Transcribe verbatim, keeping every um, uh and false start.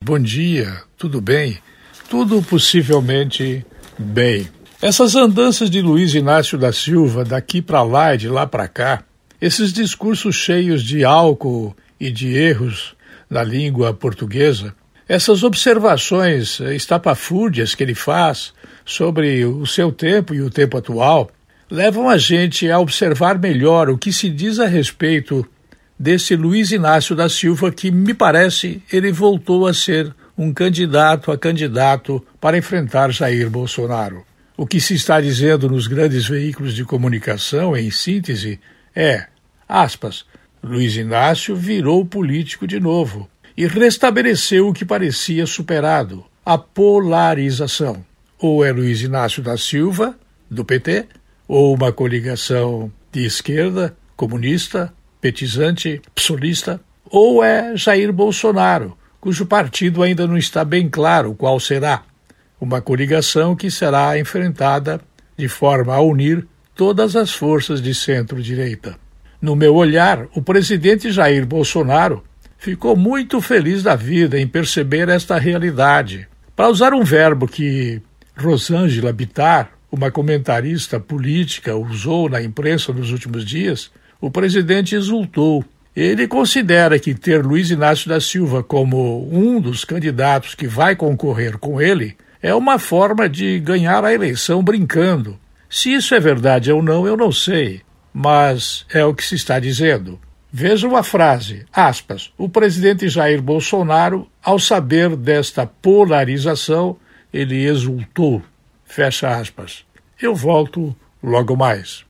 bom dia, tudo bem? Tudo possivelmente bem. Essas andanças de Luiz Inácio da Silva, daqui para lá e de lá para cá, esses discursos cheios de álcool e de erros na língua portuguesa, essas observações estapafúrdias que ele faz sobre o seu tempo e o tempo atual, levam a gente a observar melhor o que se diz a respeito desse Luiz Inácio da Silva que, me parece, ele voltou a ser um candidato a candidato para enfrentar Jair Bolsonaro. O que se está dizendo nos grandes veículos de comunicação, em síntese, é, aspas, Luiz Inácio virou político de novo e restabeleceu o que parecia superado, a polarização. Ou é Luiz Inácio da Silva, do P T, ou uma coligação de esquerda, comunista, petizante, psolista, ou é Jair Bolsonaro, cujo partido ainda não está bem claro qual será. Uma coligação que será enfrentada de forma a unir todas as forças de centro-direita. No meu olhar, o presidente Jair Bolsonaro ficou muito feliz da vida em perceber esta realidade. Para usar um verbo que Rosângela Bittar, uma comentarista política, usou na imprensa nos últimos dias, o presidente exultou. Ele considera que ter Luiz Inácio da Silva como um dos candidatos que vai concorrer com ele é uma forma de ganhar a eleição brincando. Se isso é verdade ou não, eu não sei, mas é o que se está dizendo. Vejam a frase, aspas, o presidente Jair Bolsonaro, ao saber desta polarização, ele exultou, fecha aspas. Eu volto logo mais.